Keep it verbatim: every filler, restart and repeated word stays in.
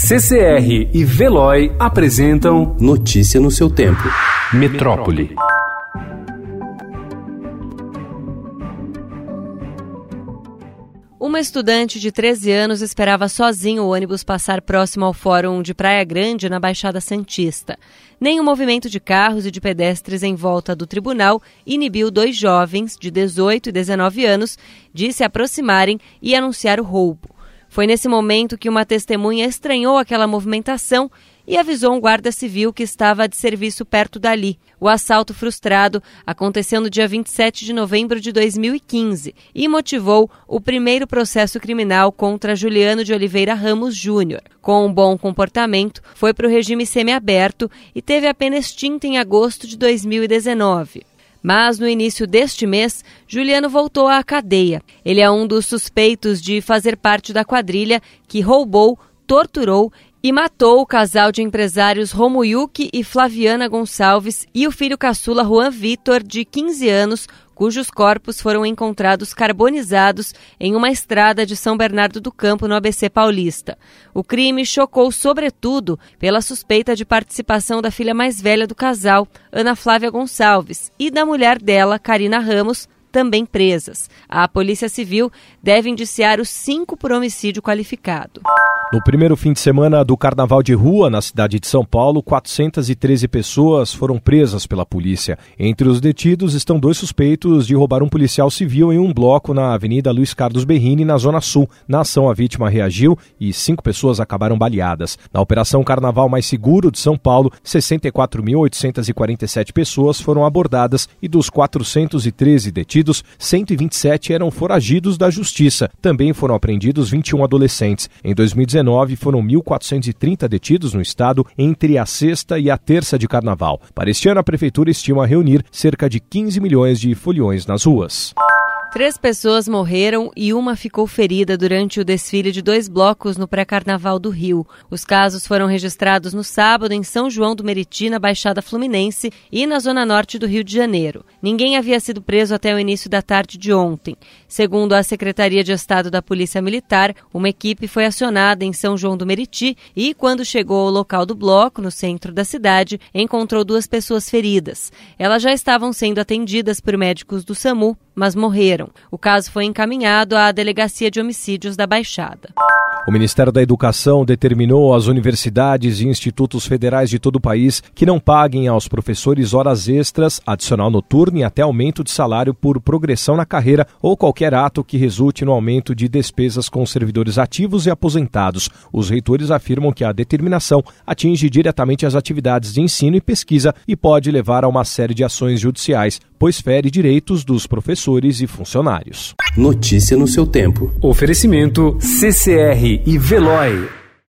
C C R e Veloy apresentam Notícia no seu tempo. Metrópole. Uma estudante de treze anos esperava sozinho o ônibus passar próximo ao Fórum de Praia Grande, na Baixada Santista. Nem o movimento de carros e de pedestres em volta do tribunal inibiu dois jovens, de dezoito e dezenove anos, de se aproximarem e anunciar o roubo. Foi nesse momento que uma testemunha estranhou aquela movimentação e avisou um guarda civil que estava de serviço perto dali. O assalto frustrado aconteceu no dia vinte e sete de novembro de dois mil e quinze e motivou o primeiro processo criminal contra Juliano de Oliveira Ramos Júnior. Com um bom comportamento, foi para o regime semiaberto e teve a pena extinta em agosto de dois mil e dezenove. Mas, no início deste mês, Juliano voltou à cadeia. Ele é um dos suspeitos de fazer parte da quadrilha que roubou, torturou e matou o casal de empresários Romuyuki e Flaviana Gonçalves e o filho caçula Juan Vitor, de quinze anos, cujos corpos foram encontrados carbonizados em uma estrada de São Bernardo do Campo, no A B C Paulista. O crime chocou sobretudo pela suspeita de participação da filha mais velha do casal, Ana Flávia Gonçalves, e da mulher dela, Karina Ramos, também presas. A Polícia Civil deve indiciar os cinco por homicídio qualificado. No primeiro fim de semana do Carnaval de Rua, na cidade de São Paulo, quatrocentas e treze pessoas foram presas pela polícia. Entre os detidos estão dois suspeitos de roubar um policial civil em um bloco na Avenida Luiz Carlos Berrini, na Zona Sul. Na ação, a vítima reagiu e cinco pessoas acabaram baleadas. Na Operação Carnaval Mais Seguro de São Paulo, sessenta e quatro mil oitocentas e quarenta e sete pessoas foram abordadas e dos quatrocentos e treze detidos, cento e vinte e sete eram foragidos da Justiça. Também foram apreendidos vinte e um adolescentes. Em dois mil e dezenove, foram mil quatrocentos e trinta detidos no estado entre a sexta e a terça de carnaval. Para este ano, a prefeitura estima reunir cerca de quinze milhões de foliões nas ruas. Três pessoas morreram e uma ficou ferida durante o desfile de dois blocos no pré-carnaval do Rio. Os casos foram registrados no sábado em São João do Meriti, na Baixada Fluminense e na zona norte do Rio de Janeiro. Ninguém havia sido preso até o início da tarde de ontem. Segundo a Secretaria de Estado da Polícia Militar, uma equipe foi acionada em São João do Meriti e, quando chegou ao local do bloco, no centro da cidade, encontrou duas pessoas feridas. Elas já estavam sendo atendidas por médicos do SAMU, mas morreram. O caso foi encaminhado à Delegacia de Homicídios da Baixada. O Ministério da Educação determinou às universidades e institutos federais de todo o país que não paguem aos professores horas extras, adicional noturno e até aumento de salário por progressão na carreira ou qualquer ato que resulte no aumento de despesas com servidores ativos e aposentados. Os reitores afirmam que a determinação atinge diretamente as atividades de ensino e pesquisa e pode levar a uma série de ações judiciais, pois fere direitos dos professores e funcionários. Notícia no seu tempo. Oferecimento C C R e Veloy.